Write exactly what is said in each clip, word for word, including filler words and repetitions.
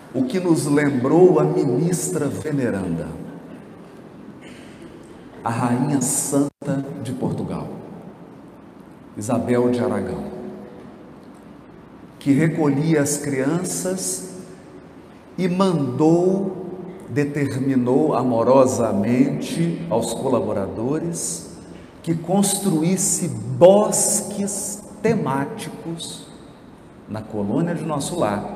o que nos lembrou a ministra veneranda, a Rainha Santa de Portugal, Isabel de Aragão, que recolhia as crianças e mandou, determinou amorosamente aos colaboradores que construísse bosques temáticos na colônia de Nosso Lar,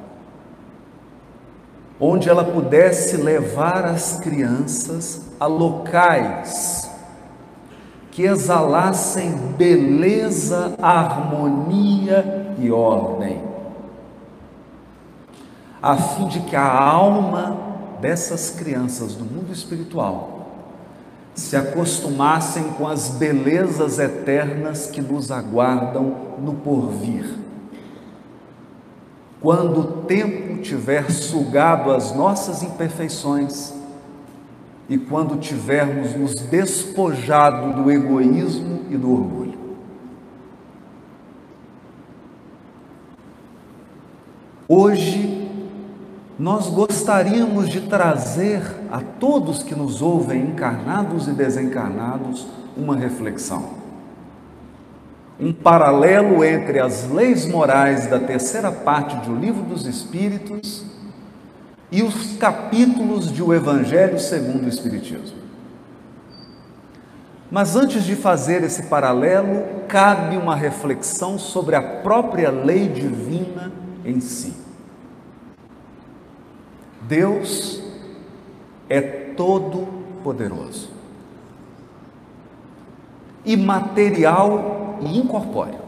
onde ela pudesse levar as crianças a locais que exalassem beleza, harmonia e ordem, a fim de que a alma dessas crianças do mundo espiritual se acostumassem com as belezas eternas que nos aguardam no porvir. Quando o tempo tiver sugado as nossas imperfeições e quando tivermos nos despojado do egoísmo e do orgulho. Hoje, nós gostaríamos de trazer a todos que nos ouvem, encarnados e desencarnados, uma reflexão. Um paralelo entre as leis morais da terceira parte do Livro dos Espíritos e os capítulos de O Evangelho segundo o Espiritismo. Mas antes de fazer esse paralelo, cabe uma reflexão sobre a própria lei divina em si. Deus é todo poderoso, imaterial e incorpóreo.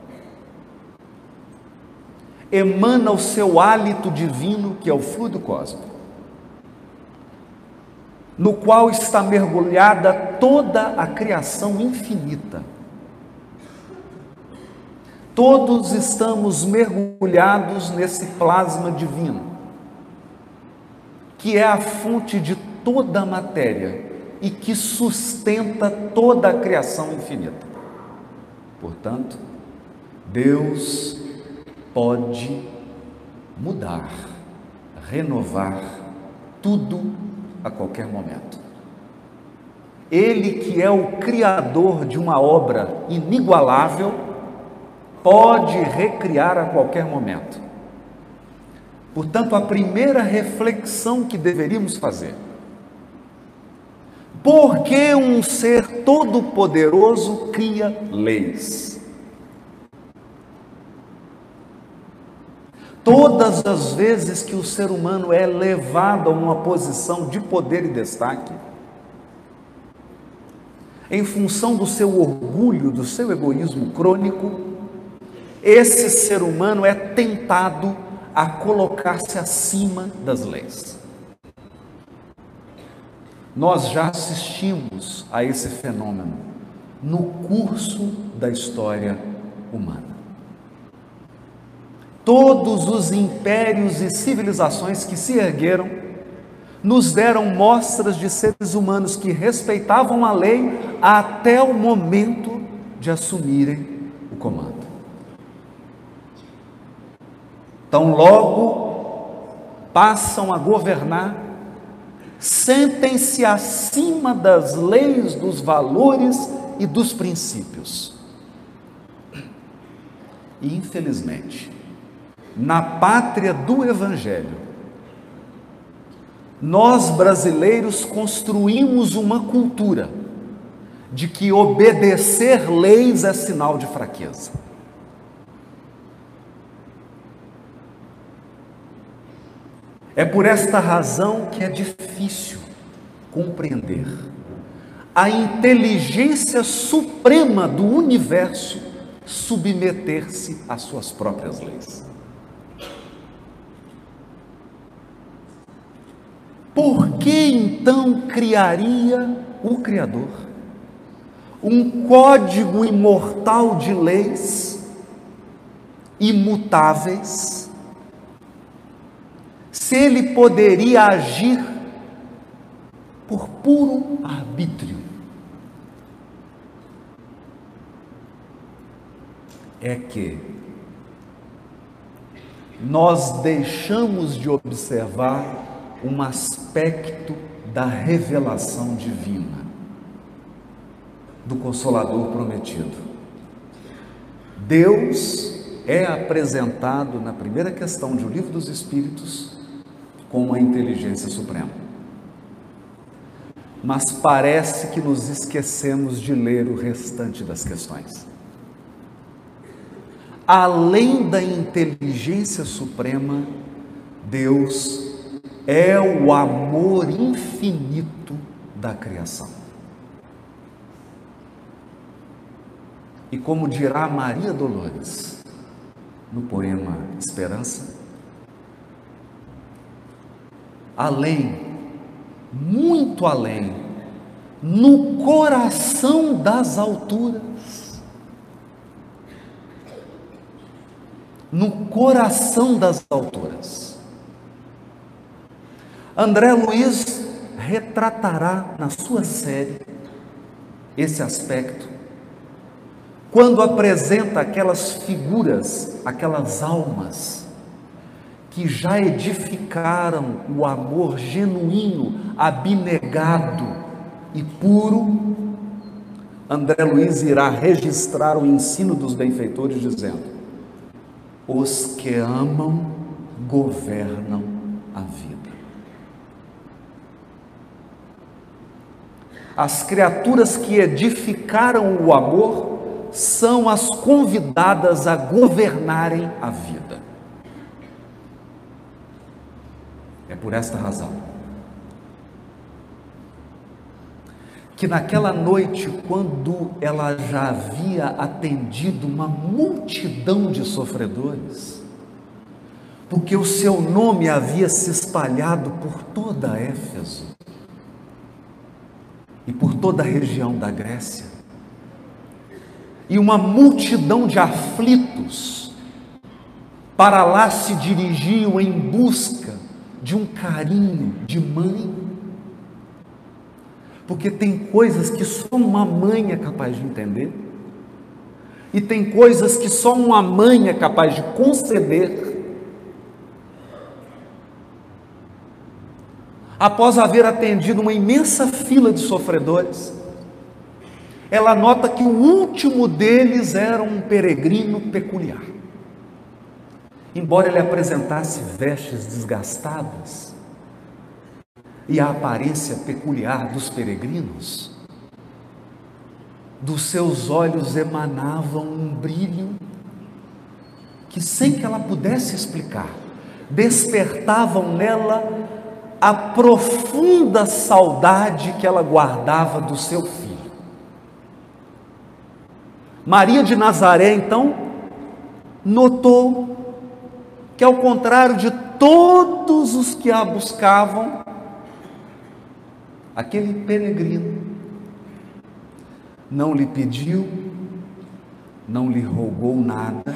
Emana o seu hálito divino, que é o fluido cósmico, no qual está mergulhada toda a criação infinita. Todos estamos mergulhados nesse plasma divino, que é a fonte de toda a matéria e que sustenta toda a criação infinita. Portanto, Deus pode mudar, renovar tudo a qualquer momento. Ele, que é o criador de uma obra inigualável, pode recriar a qualquer momento. Portanto, a primeira reflexão que deveríamos fazer: por que um ser todo-poderoso cria leis? Todas as vezes que o ser humano é levado a uma posição de poder e destaque, em função do seu orgulho, do seu egoísmo crônico, esse ser humano é tentado a colocar-se acima das leis. Nós já assistimos a esse fenômeno no curso da história humana. Todos os impérios e civilizações que se ergueram nos deram mostras de seres humanos que respeitavam a lei até o momento de assumirem o comando. Então, logo passam a governar, sentem-se acima das leis, dos valores e dos princípios. E, infelizmente, na pátria do Evangelho, nós brasileiros construímos uma cultura de que obedecer leis é sinal de fraqueza. É por esta razão que é difícil compreender a inteligência suprema do universo submeter-se às suas próprias leis. Por que então criaria o Criador um código imortal de leis imutáveis, se ele poderia agir por puro arbítrio? É que nós deixamos de observar um aspecto da revelação divina, do Consolador prometido. Deus é apresentado na primeira questão de O Livro dos Espíritos como a inteligência suprema. Mas parece que nos esquecemos de ler o restante das questões. Além da inteligência suprema, Deus é o amor infinito da criação. E como dirá Maria Dolores no poema Esperança, além, muito além, no coração das alturas, no coração das alturas. André Luiz retratará na sua série esse aspecto, quando apresenta aquelas figuras, aquelas almas, que já edificaram o amor genuíno, abnegado e puro. André Luiz irá registrar o ensino dos benfeitores dizendo: os que amam governam a vida. As criaturas que edificaram o amor são as convidadas a governarem a vida. É por esta razão que naquela noite, quando ela já havia atendido uma multidão de sofredores, porque o seu nome havia se espalhado por toda Éfeso e por toda a região da Grécia, e uma multidão de aflitos para lá se dirigiam em busca de um carinho de mãe, porque tem coisas que só uma mãe é capaz de entender, e tem coisas que só uma mãe é capaz de conceder. Após haver atendido uma imensa fila de sofredores, ela nota que o último deles era um peregrino peculiar. Embora ele apresentasse vestes desgastadas e a aparência peculiar dos peregrinos, dos seus olhos emanavam um brilho que, sem que ela pudesse explicar, despertavam nela a profunda saudade que ela guardava do seu filho. Maria de Nazaré, então, notou que, ao contrário de todos os que a buscavam, aquele peregrino não lhe pediu, não lhe rogou nada,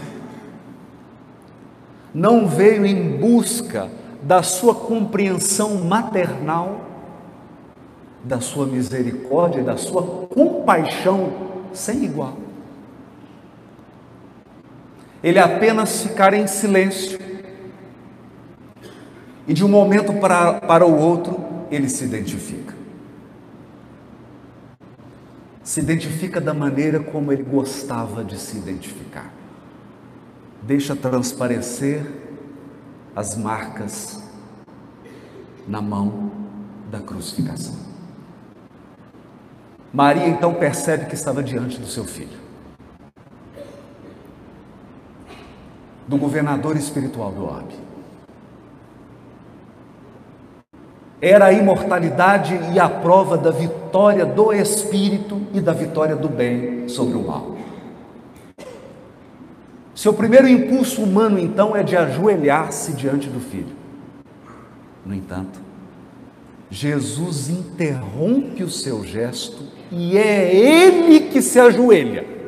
não veio em busca da sua compreensão maternal, da sua misericórdia, da sua compaixão sem igual. Ele apenas ficara em silêncio, e de um momento para, para o outro, ele se identifica. Se identifica da maneira como ele gostava de se identificar. Deixa transparecer as marcas na mão da crucificação. Maria então percebe que estava diante do seu filho, do governador espiritual do orbe. Era a imortalidade e a prova da vitória do espírito e da vitória do bem sobre o mal. Seu primeiro impulso humano, então, é de ajoelhar-se diante do filho. No entanto, Jesus interrompe o seu gesto e é ele que se ajoelha.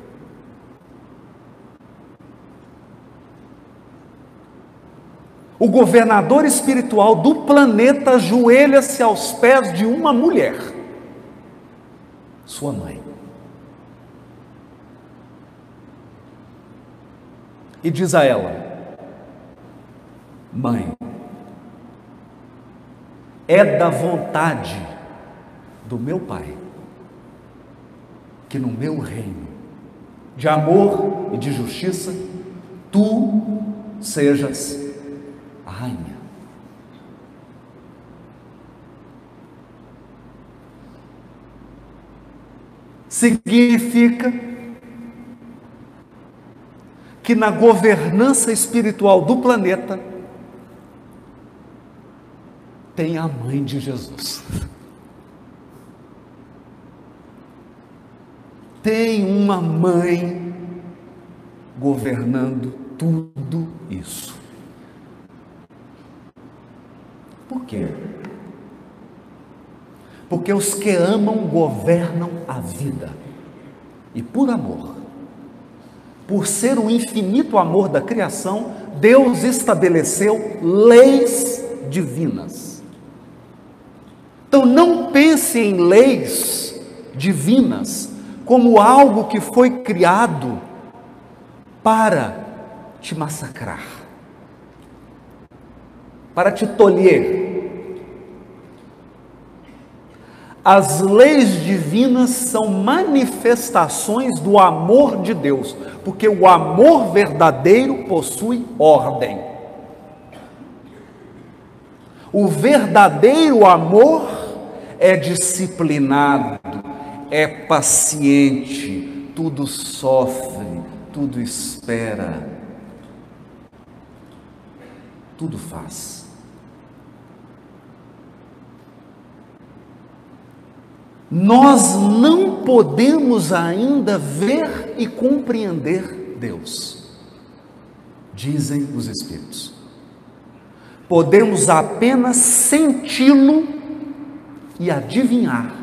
O governador espiritual do planeta ajoelha-se aos pés de uma mulher, sua mãe. E diz a ela: Mãe, é da vontade do meu Pai que no meu reino de amor e de justiça tu sejas a rainha. Significa que na governança espiritual do planeta tem a mãe de Jesus. Tem uma mãe governando tudo isso. Por quê? Porque os que amam governam a vida. E por amor, por ser o infinito amor da criação, Deus estabeleceu leis divinas. Então não pense em leis divinas como algo que foi criado para te massacrar, para te tolher. As leis divinas são manifestações do amor de Deus, porque o amor verdadeiro possui ordem. O verdadeiro amor é disciplinado, é paciente, tudo sofre, tudo espera, tudo faz. Nós não podemos ainda ver e compreender Deus, dizem os Espíritos. Podemos apenas senti-lo e adivinhar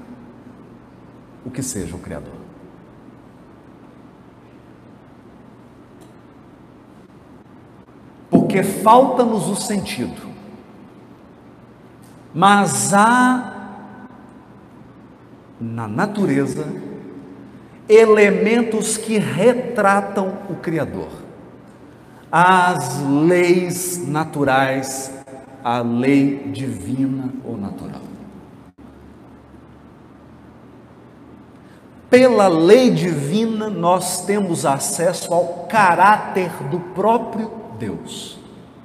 o que seja o Criador. Porque falta-nos o sentido, mas há na natureza elementos que retratam o Criador. As leis naturais, a lei divina ou natural. Pela lei divina, nós temos acesso ao caráter do próprio Deus.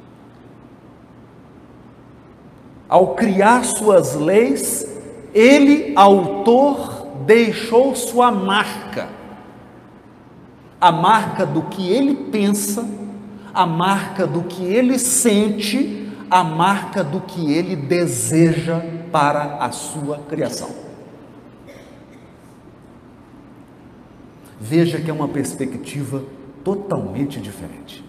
Ao criar suas leis, Ele, autor, deixou sua marca. A marca do que Ele pensa, a marca do que Ele sente, a marca do que Ele deseja para a sua criação. Veja que é uma perspectiva totalmente diferente.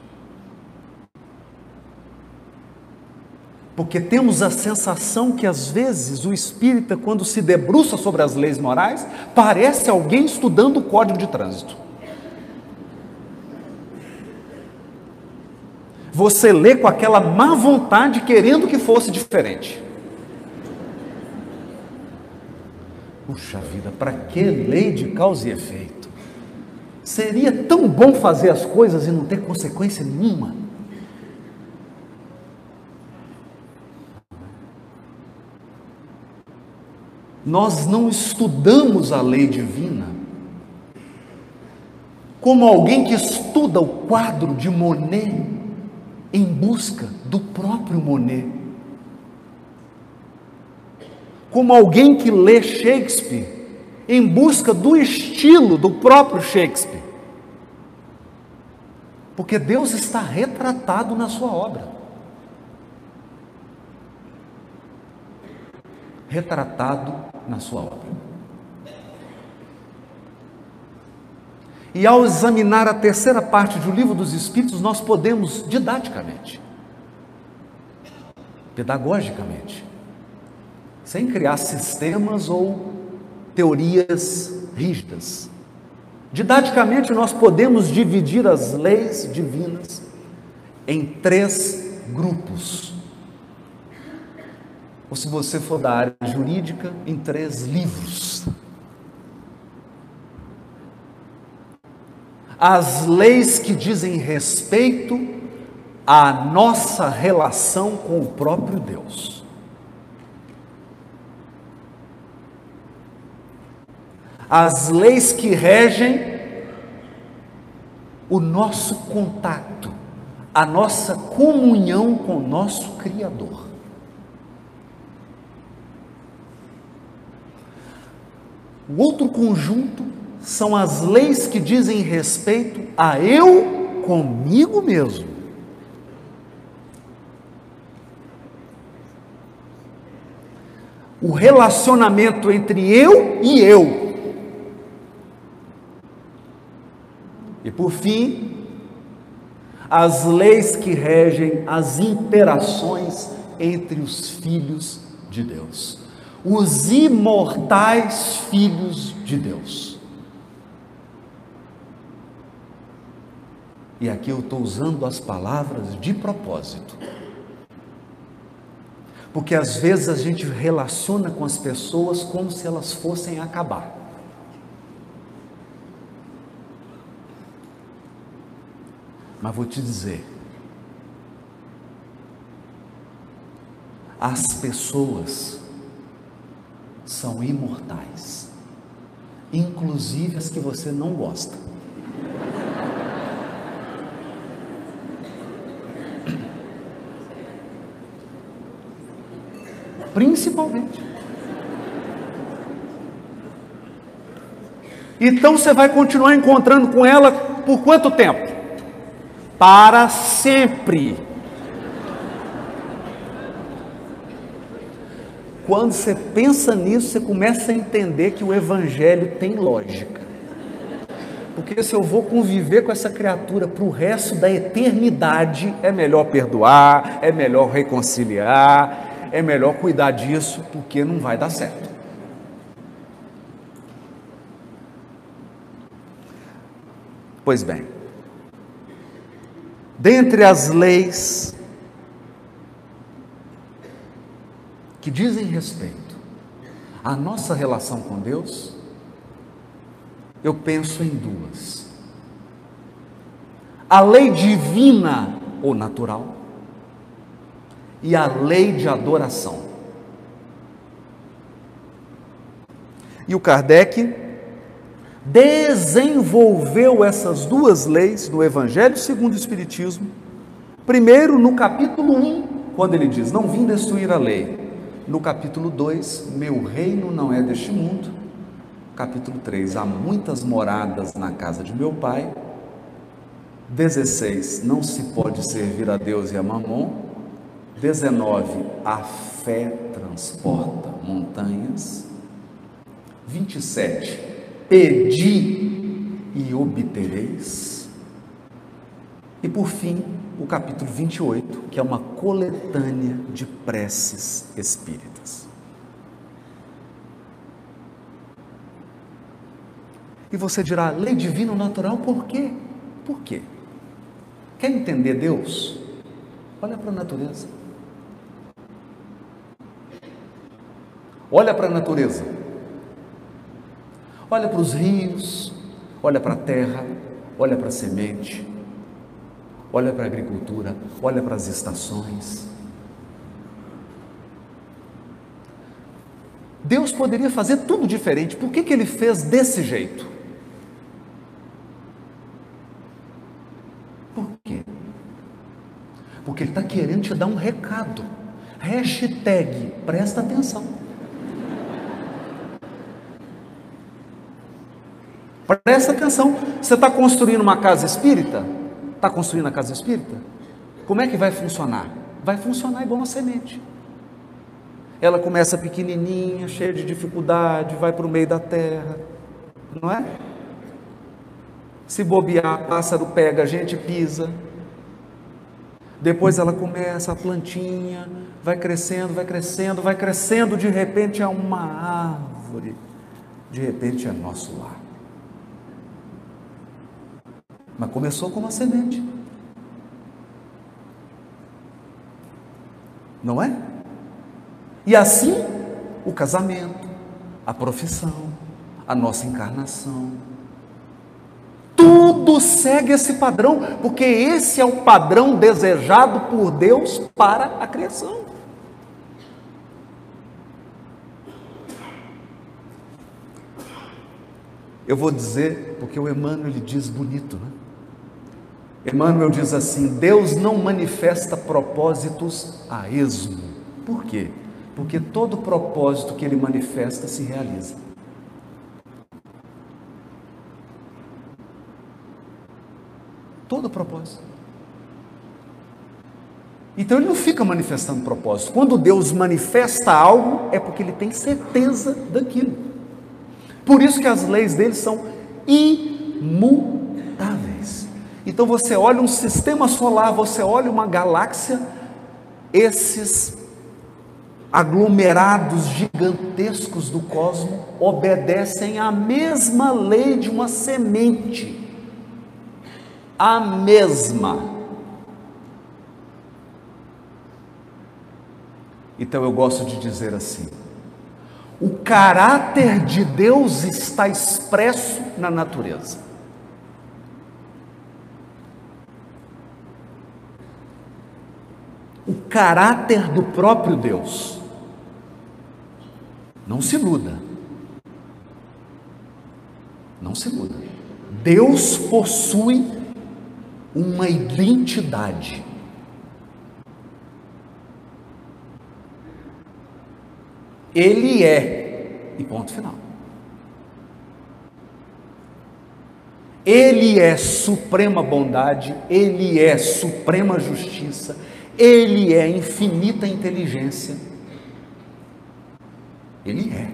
Porque temos a sensação que às vezes o espírita, quando se debruça sobre as leis morais, parece alguém estudando o Código de Trânsito. Você lê com aquela má vontade, querendo que fosse diferente. Puxa vida, para que lei de causa e efeito? Seria tão bom fazer as coisas e não ter consequência nenhuma. Nós não estudamos a lei divina como alguém que estuda o quadro de Monet em busca do próprio Monet, como alguém que lê Shakespeare em busca do estilo do próprio Shakespeare, porque Deus está retratado na sua obra, retratado na sua obra. E ao examinar a terceira parte do Livro dos Espíritos, nós podemos, didaticamente, pedagogicamente, sem criar sistemas ou teorias rígidas, didaticamente nós podemos dividir as leis divinas em três grupos. Ou se você for da área jurídica, em três livros. As leis que dizem respeito a nossa relação com o próprio Deus. As leis que regem o nosso contato, a nossa comunhão com o nosso Criador. O outro conjunto são as leis que dizem respeito a eu comigo mesmo. O relacionamento entre eu e eu. E por fim, as leis que regem as interações entre os filhos de Deus, os imortais filhos de Deus. E aqui eu estou usando as palavras de propósito, porque às vezes a gente relaciona com as pessoas como se elas fossem acabar. Mas vou te dizer, as pessoas são imortais, inclusive as que você não gosta. Principalmente. Então você vai continuar encontrando com ela por quanto tempo? Para sempre. Quando você pensa nisso, você começa a entender que o Evangelho tem lógica. Porque se eu vou conviver com essa criatura para o resto da eternidade, é melhor perdoar, é melhor reconciliar, é melhor cuidar disso, porque não vai dar certo. Pois bem, dentre as leis que dizem respeito à nossa relação com Deus, eu penso em duas: a lei divina ou natural e a lei de adoração. E o Kardec desenvolveu essas duas leis no Evangelho segundo o Espiritismo, primeiro no capítulo um, quando ele diz: não vim destruir a lei. No capítulo dois, meu reino não é deste mundo. Capítulo três, há muitas moradas na casa de meu pai. dezesseis, não se pode servir a Deus e a Mamon. dezenove, a fé transporta montanhas. vinte e sete, pedi e obtereis. E por fim, o capítulo vinte e oito, que é uma coletânea de preces espíritas. E você dirá: lei divina ou natural, por quê? Por quê? Quer entender Deus? Olha para a natureza. Olha para a natureza. Olha para os rios, olha para a terra, olha para a semente, olha para a agricultura, olha para as estações. Deus poderia fazer tudo diferente. Por que que Ele fez desse jeito? Por quê? Porque Ele está querendo te dar um recado. Hashtag, presta atenção. Presta atenção. Você está construindo uma casa espírita? Está construindo a casa espírita? Como é que vai funcionar? Vai funcionar igual uma semente. Ela começa pequenininha, cheia de dificuldade, vai para o meio da terra, não é? Se bobear, pássaro pega, a gente pisa. Depois ela começa a plantinha, vai crescendo, vai crescendo, vai crescendo, de repente é uma árvore, de repente é nosso lar. Mas começou com uma semente, não é? E assim, o casamento, a profissão, a nossa encarnação, tudo Tudo segue esse padrão, porque esse é o padrão desejado por Deus para a criação. Eu vou dizer, porque o Emmanuel ele diz bonito, né? Emmanuel diz assim: Deus não manifesta propósitos a esmo. Por quê? Porque todo propósito que ele manifesta se realiza. Todo propósito. Então ele não fica manifestando propósito. Quando Deus manifesta algo, é porque ele tem certeza daquilo. Por isso que as leis dele são imutáveis. Então você olha um sistema solar, você olha uma galáxia, esses aglomerados gigantescos do cosmos obedecem à mesma lei de uma semente. A mesma. Então eu gosto de dizer assim: o caráter de Deus está expresso na natureza. O caráter do próprio Deus. Não se iluda. Não se iluda. Deus possui uma identidade. Ele é, e ponto final. Ele é suprema bondade, Ele é suprema justiça, Ele é infinita inteligência. Ele é.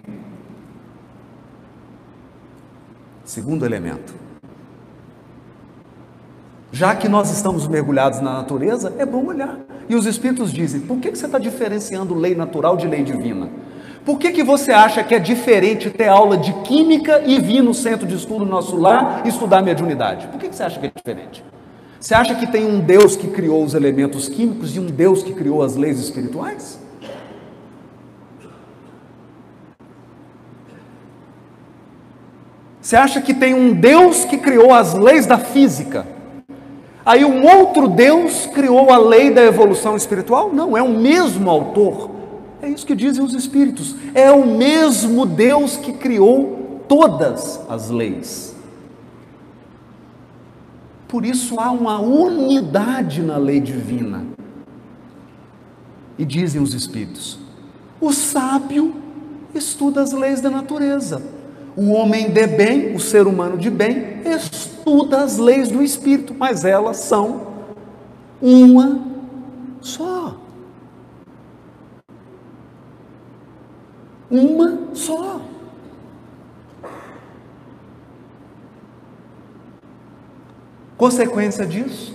Segundo elemento. Já que nós estamos mergulhados na natureza, é bom olhar. E os Espíritos dizem: por que você está diferenciando lei natural de lei divina? Por que que você acha que é diferente ter aula de química e vir no centro de estudo nosso lar e estudar mediunidade? Por que que você acha que é diferente? Você acha que tem um Deus que criou os elementos químicos e um Deus que criou as leis espirituais? Você acha que tem um Deus que criou as leis da física? Aí um outro Deus criou a lei da evolução espiritual? Não, é o mesmo autor. É isso que dizem os Espíritos. É o mesmo Deus que criou todas as leis. Por isso há uma unidade na lei divina. E dizem os Espíritos: o sábio estuda as leis da natureza. O homem de bem, o ser humano de bem, estuda as leis do Espírito, mas elas são uma só. Uma só. Consequência disso,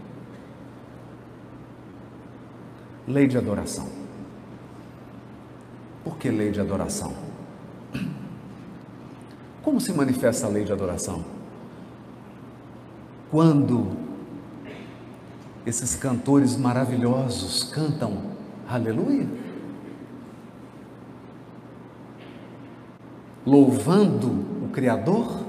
lei de adoração. Por que lei de adoração? Como se manifesta a lei de adoração? Quando esses cantores maravilhosos cantam aleluia, louvando o Criador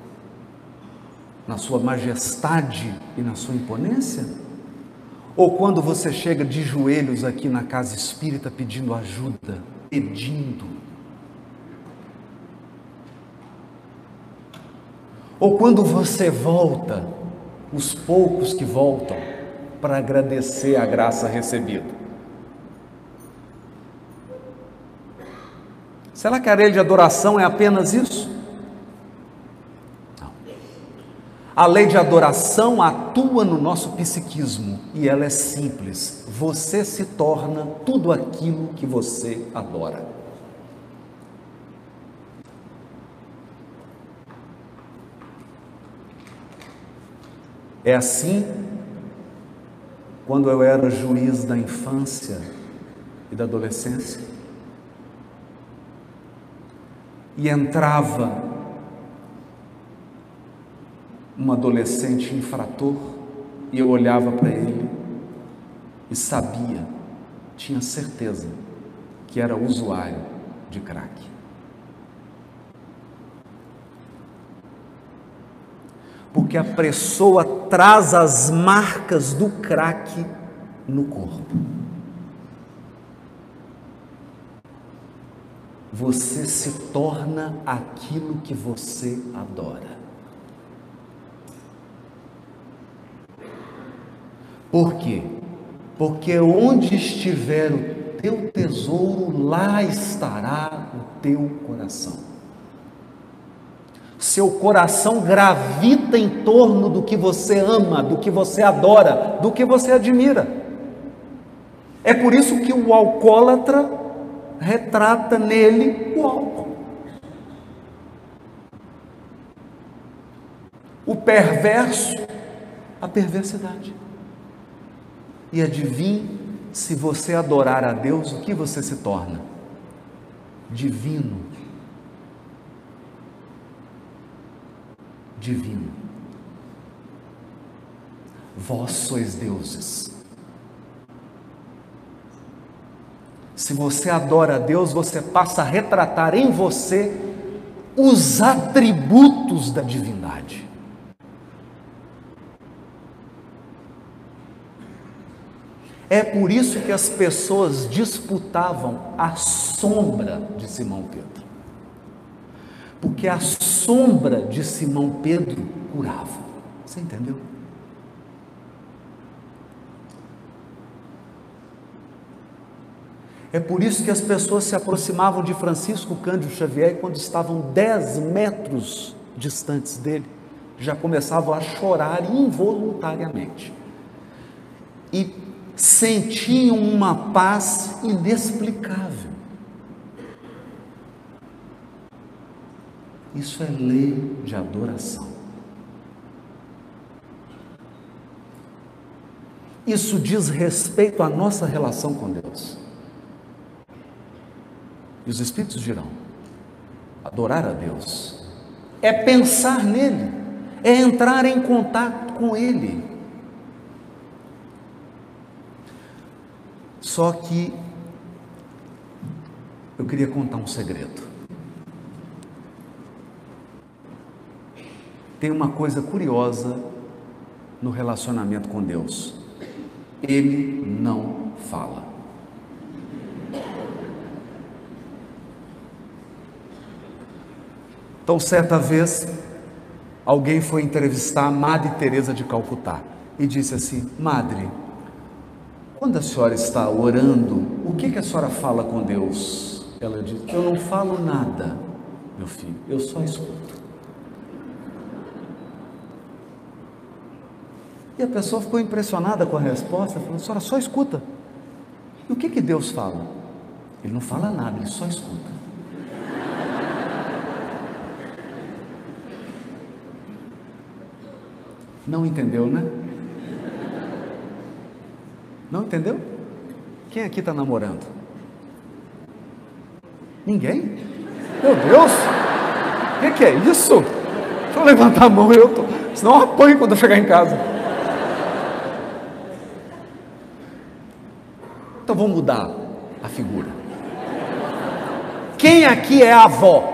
na sua majestade e na sua imponência? Ou quando você chega de joelhos aqui na casa espírita pedindo ajuda, pedindo? Ou quando você volta, os poucos que voltam, para agradecer a graça recebida? Será que a lei de adoração é apenas isso? Não. A lei de adoração atua no nosso psiquismo e ela é simples. Você se torna tudo aquilo que você adora. É assim, quando eu era juiz da infância e da adolescência, e entrava um adolescente infrator, e eu olhava para ele e sabia, tinha certeza que era usuário de crack. Porque a pessoa traz as marcas do crack no corpo. Você se torna aquilo que você adora. Por quê? Porque onde estiver o teu tesouro, lá estará o teu coração. Seu coração gravita em torno do que você ama, do que você adora, do que você admira. É por isso que o alcoólatra retrata nele o álcool. O perverso, a perversidade. E adivinhe, se você adorar a Deus, o que você se torna? Divino. Divino. Vós sois deuses. Se você adora a Deus, você passa a retratar em você os atributos da divindade. É por isso que as pessoas disputavam a sombra de Simão Pedro. Porque a sombra de Simão Pedro curava. Você entendeu? É por isso que as pessoas se aproximavam de Francisco Cândido Xavier, e quando estavam dez metros distantes dele, já começavam a chorar involuntariamente. E sentiam uma paz inexplicável. Isso é lei de adoração. Isso diz respeito à nossa relação com Deus. E os Espíritos dirão: adorar a Deus é pensar nele, é entrar em contato com Ele. Só que eu queria contar um segredo. Tem uma coisa curiosa no relacionamento com Deus: Ele não fala. Então, certa vez, alguém foi entrevistar a Madre Teresa de Calcutá e disse assim: Madre, quando a senhora está orando, o que, que a senhora fala com Deus? Ela disse: eu não falo nada, meu filho, eu só escuto. E a pessoa ficou impressionada com a resposta, falou: a senhora só escuta. E o que, que Deus fala? Ele não fala nada, ele só escuta. Não entendeu, né? Não entendeu? Quem aqui está namorando? Ninguém? Meu Deus! O que, que é isso? Deixa eu levantar a mão, eu tô... senão eu apanho quando eu chegar em casa. Então vamos mudar a figura. Quem aqui é a avó?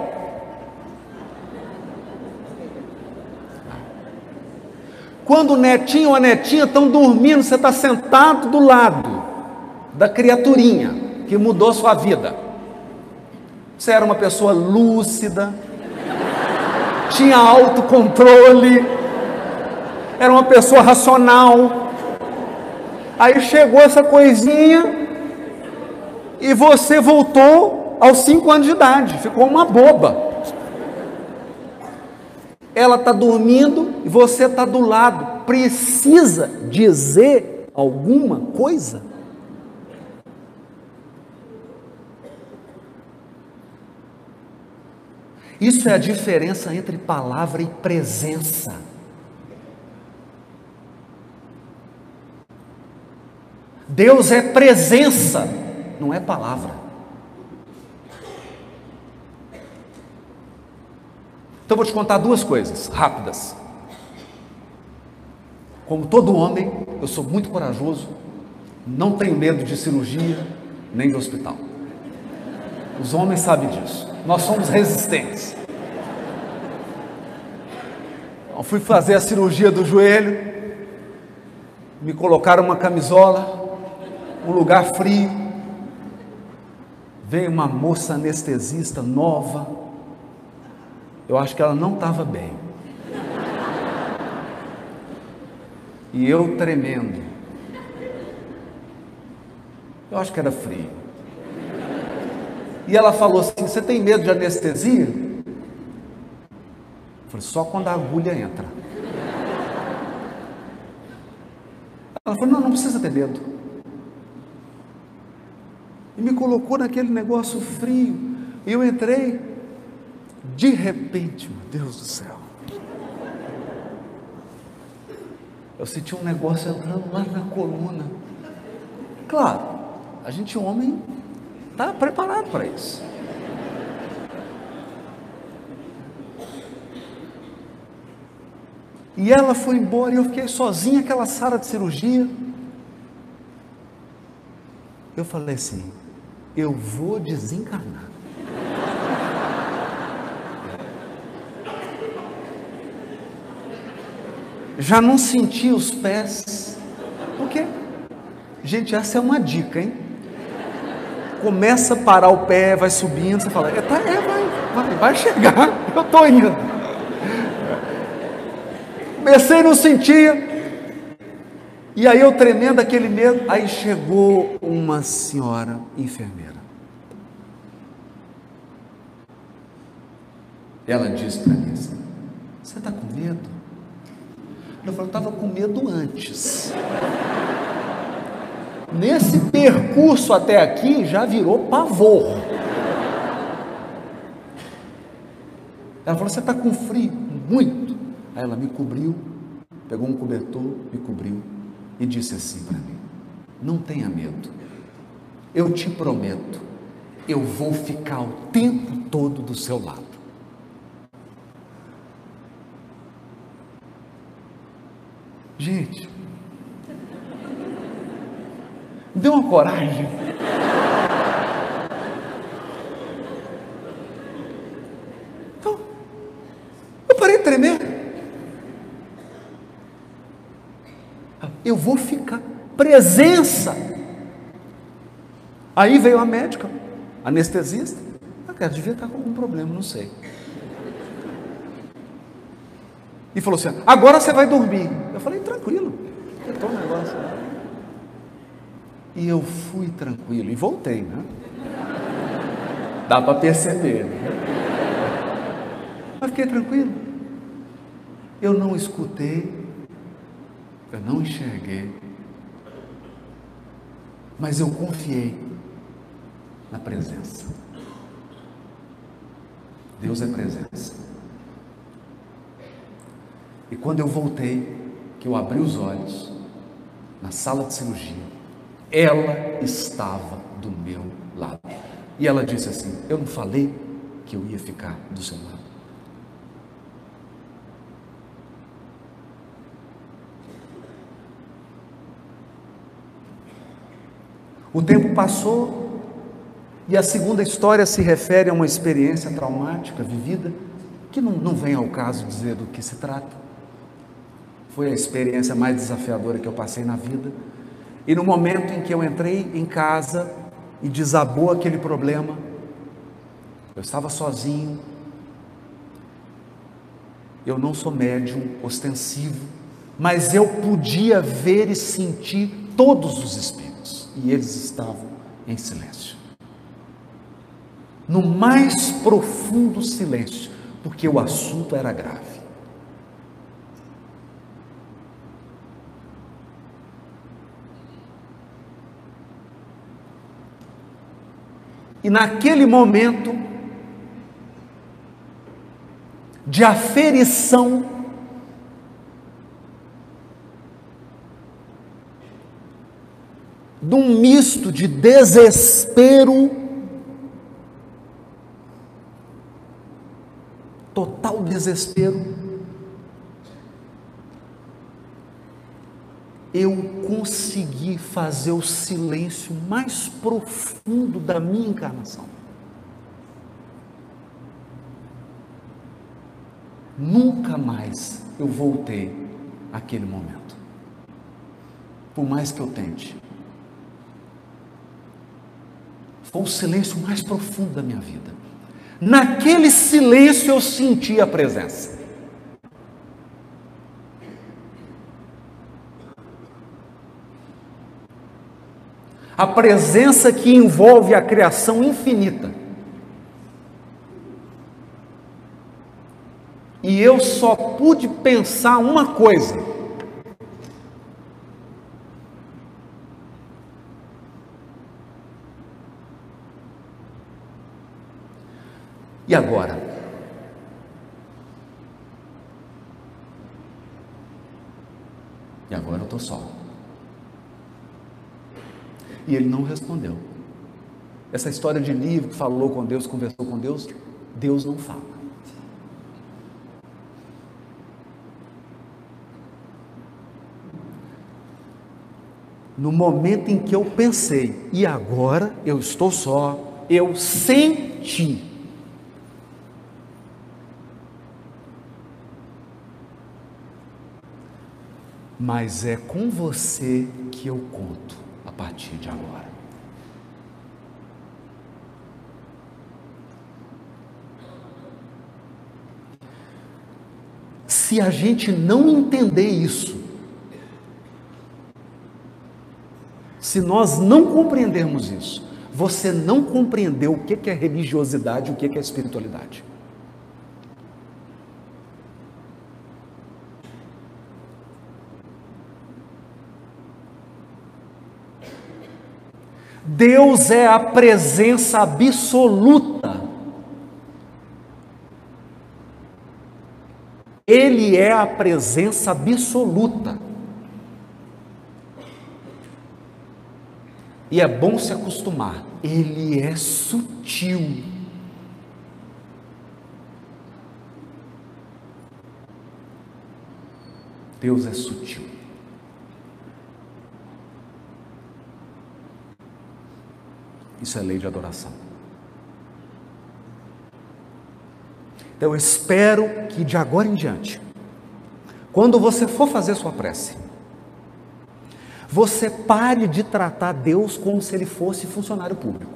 Quando o netinho ou a netinha estão dormindo, você está sentado do lado da criaturinha que mudou sua vida. Você era uma pessoa lúcida, tinha autocontrole, era uma pessoa racional. Aí chegou essa coisinha e você voltou aos cinco anos de idade, ficou uma boba. Ela está dormindo e você está do lado. Precisa dizer alguma coisa? Isso é a diferença entre palavra e presença. Deus é presença, não é palavra. Então, vou te contar duas coisas rápidas. Como todo homem, eu sou muito corajoso, não tenho medo de cirurgia, nem de hospital. Os homens sabem disso. Nós somos resistentes. Eu fui fazer a cirurgia do joelho, me colocaram uma camisola, um lugar frio. Veio uma moça anestesista nova, eu acho que ela não estava bem. E eu tremendo. Eu acho que era frio. E ela falou assim: você tem medo de anestesia? Eu falei: só quando a agulha entra. Ela falou: não, não precisa ter medo. E me colocou naquele negócio frio. E eu entrei. De repente, meu Deus do céu, eu senti um negócio entrando lá na coluna. Claro, a gente homem está preparado para isso. E ela foi embora e eu fiquei sozinho naquela sala de cirurgia. Eu falei assim: eu vou desencarnar. Já não senti os pés. Por quê? Gente, essa é uma dica, hein? Começa a parar o pé, vai subindo, você fala: é, tá, é vai, vai, vai chegar, eu estou indo. Comecei a não sentir. E aí eu tremendo aquele medo. Aí chegou uma senhora enfermeira. Ela disse para mim assim: você está com medo? Eu falei: eu estava com medo antes. Nesse percurso até aqui já virou pavor. Ela falou: você está com frio? Muito. Aí ela me cobriu, pegou um cobertor, me cobriu e disse assim para mim: não tenha medo, eu te prometo, eu vou ficar o tempo todo do seu lado. Gente, deu uma coragem. Então, eu parei de tremer. Eu vou ficar, presença. Aí veio a médica, anestesista. Eu quero, devia estar com algum problema, não sei. E falou assim: agora você vai dormir. Eu falei: tranquilo, eu estou no negócio. E eu fui tranquilo e voltei, né? Dá para perceber, né? Mas fiquei tranquilo. Eu não escutei, eu não enxerguei, mas eu confiei na presença. Deus é presença. E quando eu voltei, que eu abri os olhos, na sala de cirurgia, ela estava do meu lado. E ela disse assim: eu não falei que eu ia ficar do seu lado? O tempo passou e a segunda história se refere a uma experiência traumática vivida, que não, não vem ao caso dizer do que se trata. Foi a experiência mais desafiadora que eu passei na vida. E no momento em que eu entrei em casa e desabou aquele problema, eu estava sozinho. Eu não sou médium ostensivo, mas eu podia ver e sentir todos os espíritos, e eles estavam em silêncio, no mais profundo silêncio, porque o assunto era grave. E naquele momento de aferição, de um misto de desespero, total desespero, eu consegui fazer o silêncio mais profundo da minha encarnação. Nunca mais eu voltei àquele momento, por mais que eu tente. Foi o silêncio mais profundo da minha vida. Naquele silêncio eu senti a presença. A presença que envolve a criação infinita. E eu só pude pensar uma coisa: e agora? E agora eu estou só. E ele não respondeu. Essa história de livro que falou com Deus, conversou com Deus, Deus não fala. No momento em que eu pensei, e agora eu estou só, eu senti. Mas é com você que eu conto a partir de agora. Se a gente não entender isso, se nós não compreendermos isso, você não compreendeu o que é religiosidade e o que é espiritualidade. Deus é a presença absoluta. Ele é a presença absoluta. E é bom se acostumar. Ele é sutil. Deus é sutil. Isso é lei de adoração. Então eu espero que de agora em diante, quando você for fazer sua prece, você pare de tratar Deus como se ele fosse funcionário público.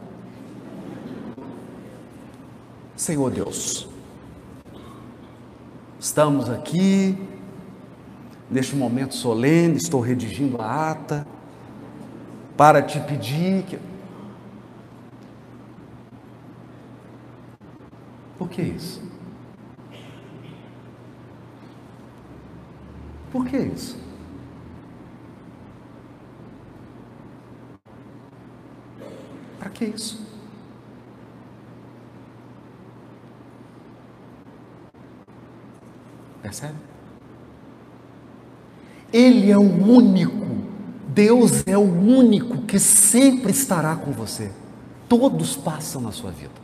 Senhor Deus, estamos aqui, neste momento solene, estou redigindo a ata, para te pedir que... Por que isso? Por que isso? Para que isso? Percebe? Ele é o único, Deus é o único que sempre estará com você. Todos passam na sua vida.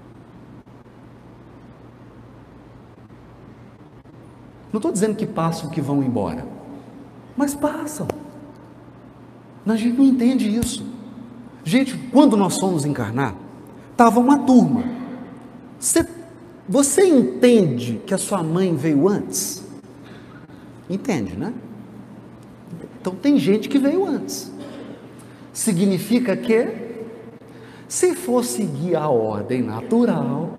Não estou dizendo que passam, que vão embora, mas passam. A gente não entende isso. Gente, quando nós fomos encarnar, estava uma turma. Você, você entende que a sua mãe veio antes? Entende, né? Então tem gente que veio antes. Significa que, se for seguir a ordem natural,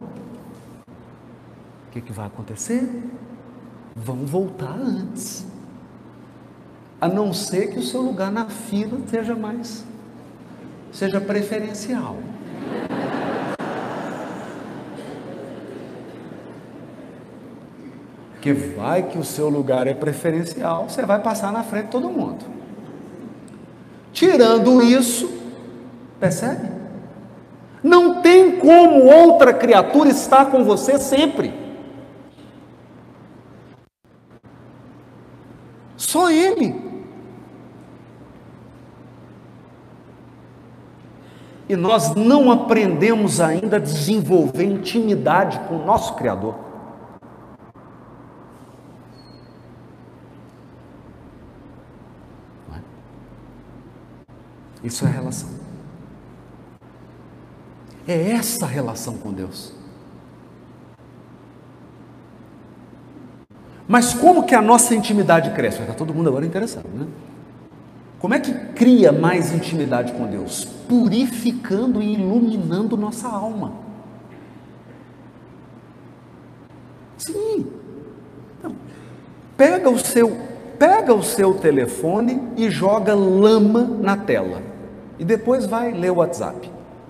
o que, que vai acontecer? Vão voltar antes, a não ser que o seu lugar na fila seja mais, seja preferencial. Porque vai que o seu lugar é preferencial, você vai passar na frente de todo mundo. Tirando isso, percebe? Não tem como outra criatura estar com você sempre. Só Ele. E nós não aprendemos ainda a desenvolver intimidade com o nosso Criador. Isso é relação. É essa relação com Deus. Mas como que a nossa intimidade cresce? Está todo mundo agora interessado, né? Como é que cria mais intimidade com Deus? Purificando e iluminando nossa alma. Sim. Então, pega o seu, pega o seu telefone e joga lama na tela. E depois vai ler o WhatsApp.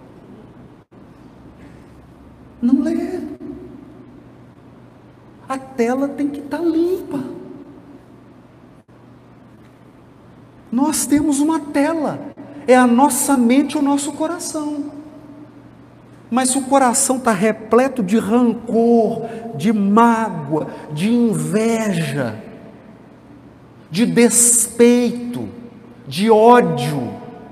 Não lê. A tela tem que estar limpa. Nós temos uma tela, é a nossa mente, o nosso coração. Mas se o coração está repleto de rancor, de mágoa, de inveja, de despeito, de ódio,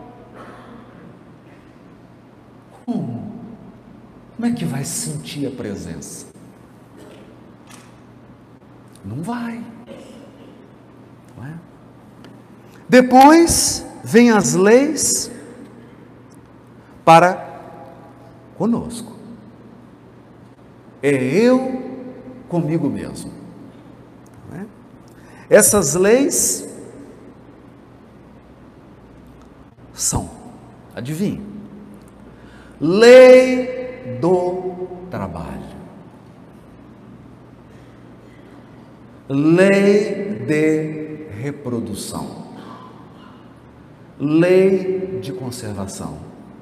como? Como é que vai sentir a presença? Não vai. Não é? Depois vem as leis para conosco. É eu comigo mesmo. Não é? Essas leis são, adivinhe, lei do trabalho, lei de reprodução, lei de conservação,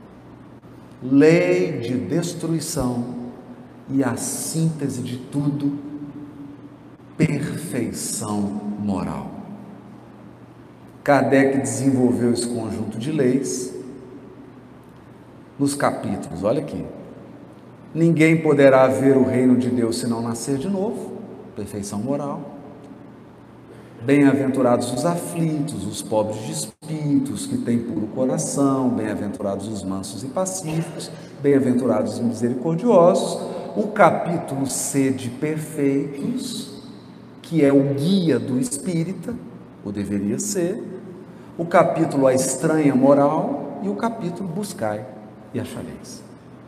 lei de destruição e a síntese de tudo, perfeição moral. Kardec desenvolveu esse conjunto de leis nos capítulos, olha aqui: ninguém poderá ver o reino de Deus se não nascer de novo, perfeição moral. Bem-aventurados os aflitos, os pobres de espírito, os que têm puro coração, bem-aventurados os mansos e pacíficos, bem-aventurados os misericordiosos. O capítulo Sede perfeitos, que é o guia do espírita, ou deveria ser, o capítulo A estranha moral e o capítulo Buscai e achareis.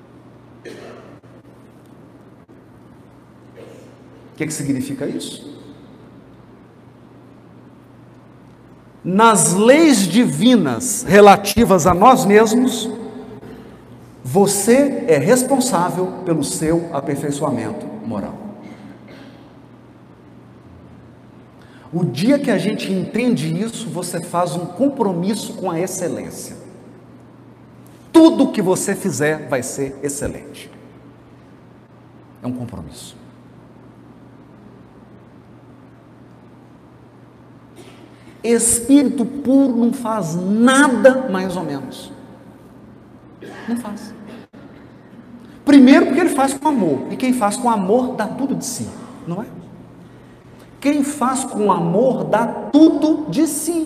O que, que significa isso? Nas leis divinas relativas a nós mesmos, você é responsável pelo seu aperfeiçoamento moral. O dia que a gente entende isso, você faz um compromisso com a excelência. Tudo que você fizer vai ser excelente. É um compromisso. Espírito puro não faz nada mais ou menos. Não faz. Primeiro porque ele faz com amor. E quem faz com amor dá tudo de si, não é? Quem faz com amor dá tudo de si.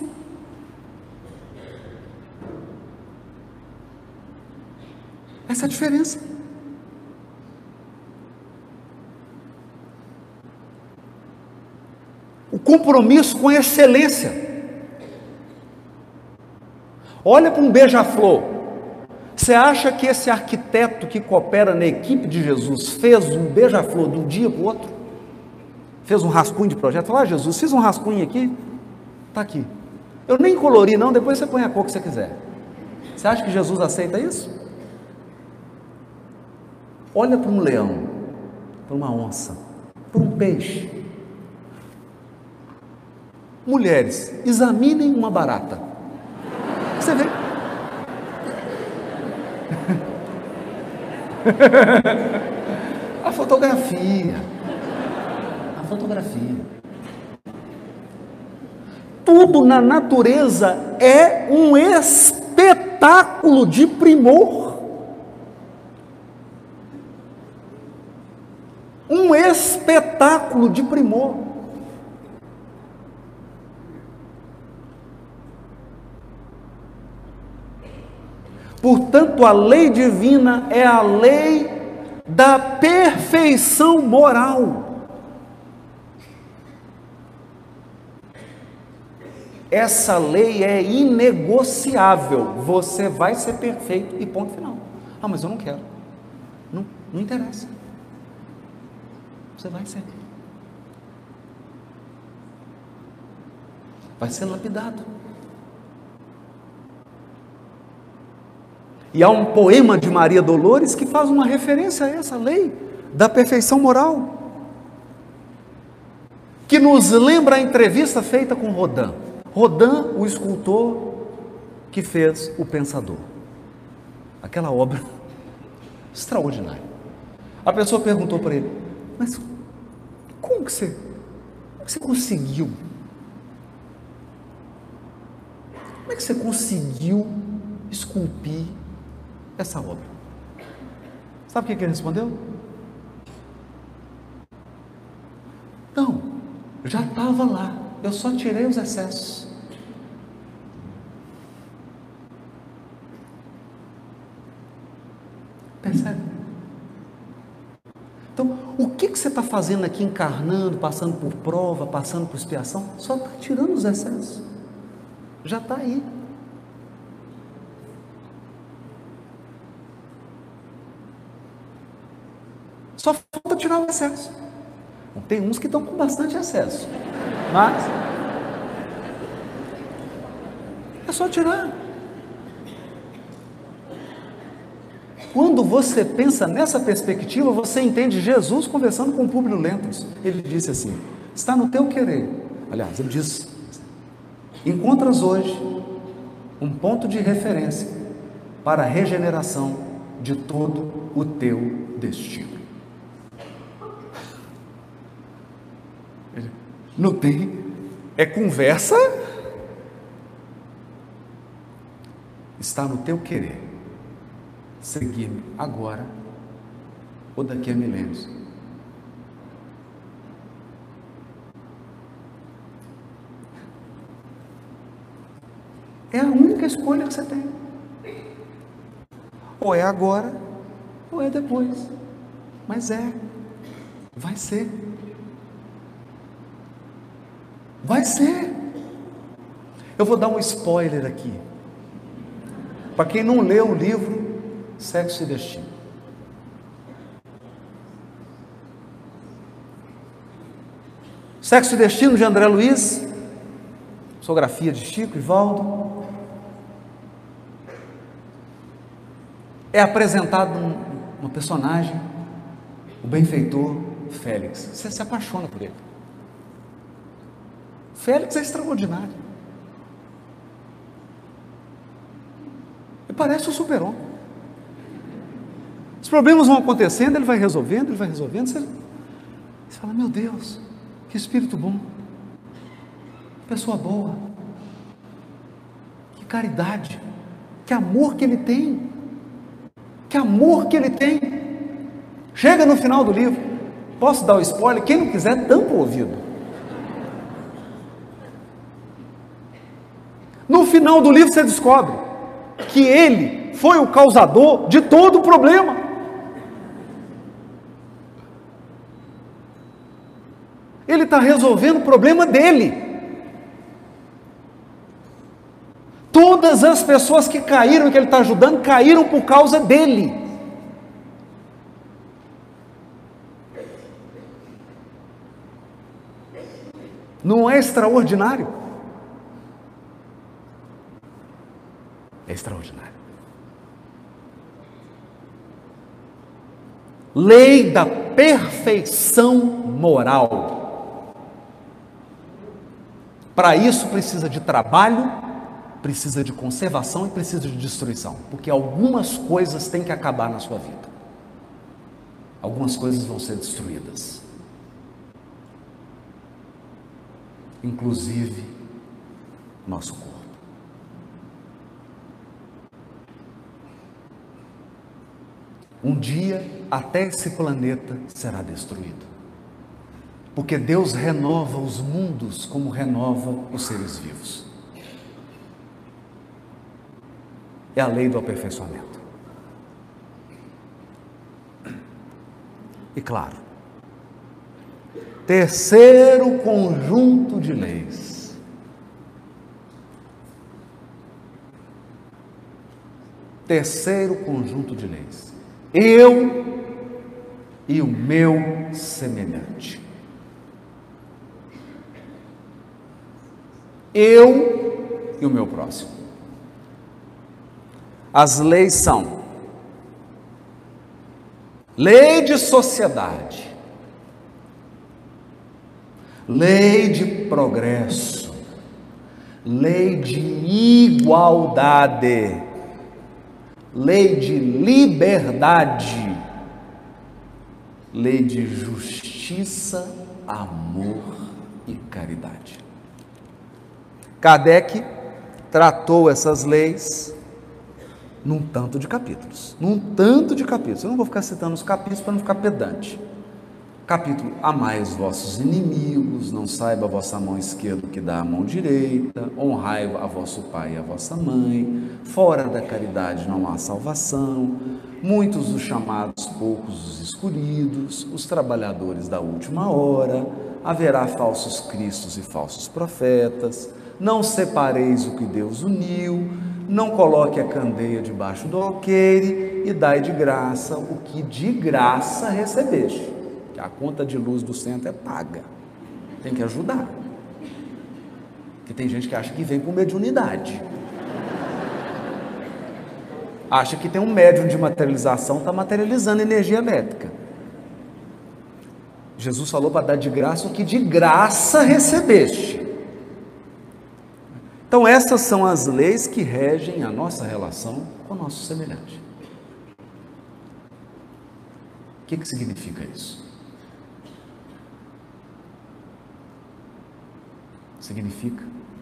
Essa é a diferença. O compromisso com a excelência. Olha para um beija-flor. Você acha que esse arquiteto que coopera na equipe de Jesus fez um beija-flor de um dia para o outro? Fez um rascunho de projeto? Falou: ah, Jesus, fiz um rascunho aqui, está aqui. Eu nem colori não, depois você põe a cor que você quiser. Você acha que Jesus aceita isso? Olha para um leão, para uma onça, para um peixe. Mulheres, examinem uma barata. Você vê. A fotografia. A fotografia. Tudo na natureza é um espetáculo de primor. Um espetáculo de primor. Portanto, a lei divina é a lei da perfeição moral. Essa lei é inegociável. Você vai ser perfeito e ponto final. Ah, mas eu não quero. Não, não interessa. Você vai ser. vai ser lapidado. E há um poema de Maria Dolores que faz uma referência a essa lei da perfeição moral, que nos lembra a entrevista feita com Rodin. Rodin, o escultor que fez O Pensador, aquela obra extraordinária. A pessoa perguntou para ele: mas como que você, como que você conseguiu? Como é que você conseguiu esculpir essa obra? Sabe o que ele respondeu? Não, já estava lá, eu só tirei os excessos. Percebe? Então, o que, que você está fazendo aqui, encarnando, passando por prova, passando por expiação? Só está tirando os excessos. Já está aí. Só falta tirar o excesso. Bom, tem uns que estão com bastante excesso, mas é só tirar. Quando você pensa nessa perspectiva, você entende Jesus conversando com Públio Lentulus. Ele disse assim: está no teu querer. Aliás, ele diz: encontras hoje um ponto de referência para a regeneração de todo o teu destino. Não tem, é conversa. Está no teu querer seguir-me agora ou daqui a milênios. É a única escolha que você tem. Ou é agora, ou é depois. Mas é, vai ser. Vai ser. Eu vou dar um spoiler aqui. Para quem não leu o livro Sexo e Destino. Sexo e Destino, de André Luiz, psicografia de Chico e Valdo. É apresentado um, um personagem, o benfeitor Félix. Você se apaixona por ele. Félix é extraordinário. Ele parece um super-homem. Os problemas vão acontecendo, ele vai resolvendo, ele vai resolvendo. Você, você fala: meu Deus, que espírito bom, que pessoa boa, que caridade, que amor que ele tem, que amor que ele tem. Chega no final do livro, posso dar o spoiler? Quem não quiser, tampa o ouvido. No final do livro você descobre que ele foi o causador de todo o problema. Ele está resolvendo o problema dele. Todas as pessoas que caíram, que ele está ajudando, caíram por causa dele. Não é extraordinário? É extraordinário. Lei da perfeição moral. Para isso precisa de trabalho, precisa de conservação e precisa de destruição, porque algumas coisas têm que acabar na sua vida. Algumas coisas vão ser destruídas. Inclusive nosso corpo. Um dia até esse planeta será destruído, porque Deus renova os mundos como renova os seres vivos. É a lei do aperfeiçoamento. E claro, terceiro conjunto de leis. Terceiro conjunto de leis. Eu e o meu semelhante. Eu e o meu próximo. As leis são lei de sociedade, lei de progresso, lei de igualdade, lei de liberdade, lei de justiça, amor e caridade. Kardec tratou essas leis num tanto de capítulos, num tanto de capítulos. Eu não vou ficar citando os capítulos para não ficar pedante. Capítulo: amai os vossos inimigos, não saiba a vossa mão esquerda o que dá a mão direita, honrai a vosso pai e a vossa mãe, fora da caridade não há salvação, muitos os chamados, poucos os escolhidos, os trabalhadores da última hora, haverá falsos cristos e falsos profetas, não separeis o que Deus uniu, não coloque a candeia debaixo do alqueire e dai de graça o que de graça recebeste. A conta de luz do centro é paga, tem que ajudar, porque tem gente que acha que vem com mediunidade, acha que tem um médium de materialização, está materializando energia elétrica. Jesus falou para dar de graça o que de graça recebeste. Então essas são as leis que regem a nossa relação com o nosso semelhante. O que, que significa isso? Significa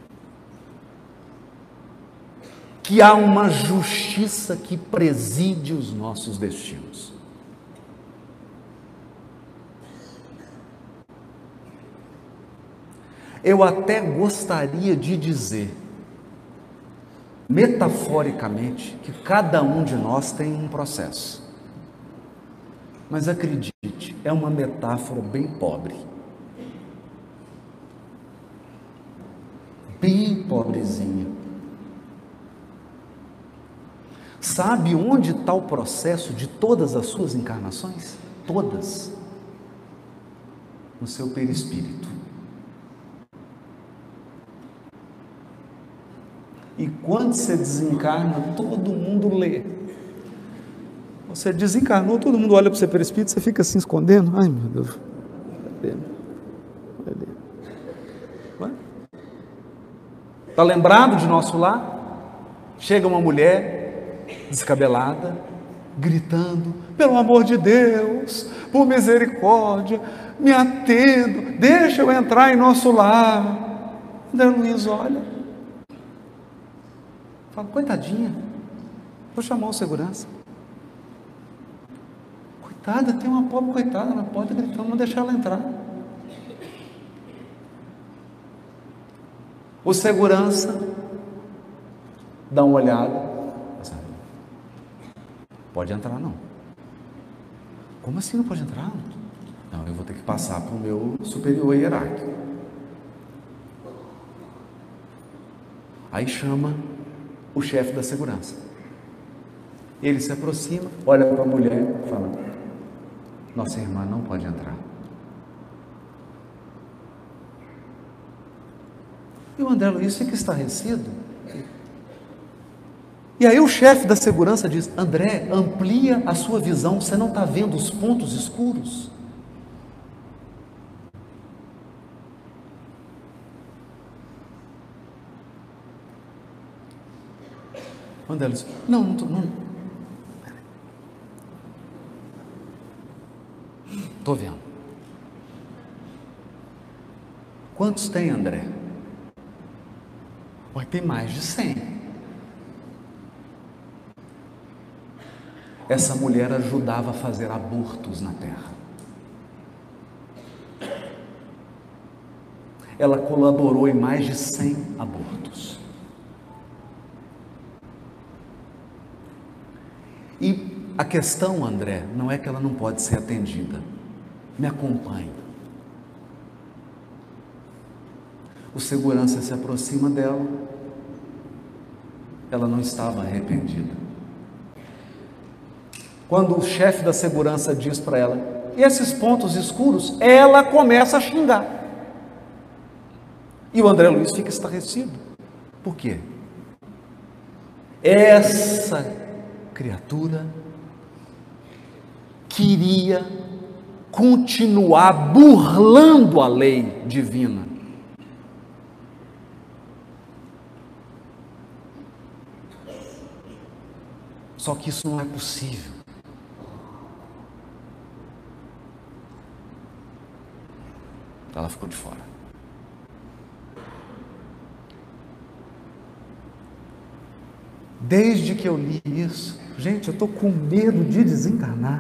que há uma justiça que preside os nossos destinos. Eu até gostaria de dizer, metaforicamente, que cada um de nós tem um processo. Mas acredite, é uma metáfora bem pobre. Bem pobrezinha. Sabe onde está o processo de todas as suas encarnações? Todas. No seu perispírito. E quando você desencarna, todo mundo lê. Você desencarnou, todo mundo olha para o seu perispírito, você fica assim escondendo. Ai, meu Deus. Está lembrado de nosso lar? Chega uma mulher descabelada, gritando: pelo amor de Deus, por misericórdia, me atendo, deixa eu entrar em nosso lar. André Luiz olha, fala: coitadinha, vou chamar o segurança. Coitada, tem uma pobre coitada na porta gritando, não deixar ela entrar. O segurança dá uma olhada, pode entrar não. Como assim não pode entrar? Não, eu vou ter que passar para o meu superior hierárquico. Aí chama o chefe da segurança. Ele se aproxima, olha para a mulher e fala: nossa irmã não pode entrar. E o André Luiz fica estarrecido. E aí o chefe da segurança diz: André, amplia a sua visão, você não está vendo os pontos escuros? O André Luiz: não, não estou, não. Estou vendo. Quantos tem, André? Ué, tem mais de cem. Essa mulher ajudava a fazer abortos na terra. Ela colaborou em mais de cem abortos. E a questão, André, não é que ela não pode ser atendida. Me acompanhe. O segurança se aproxima dela. Ela não estava arrependida. Quando o chefe da segurança diz para ela: e esses pontos escuros? Ela começa a xingar. E o André Luiz fica estarrecido. Por quê? Essa criatura queria continuar burlando a lei divina. Só que isso não é possível. Ela ficou de fora. Desde que eu li isso, gente, eu estou com medo de desencarnar.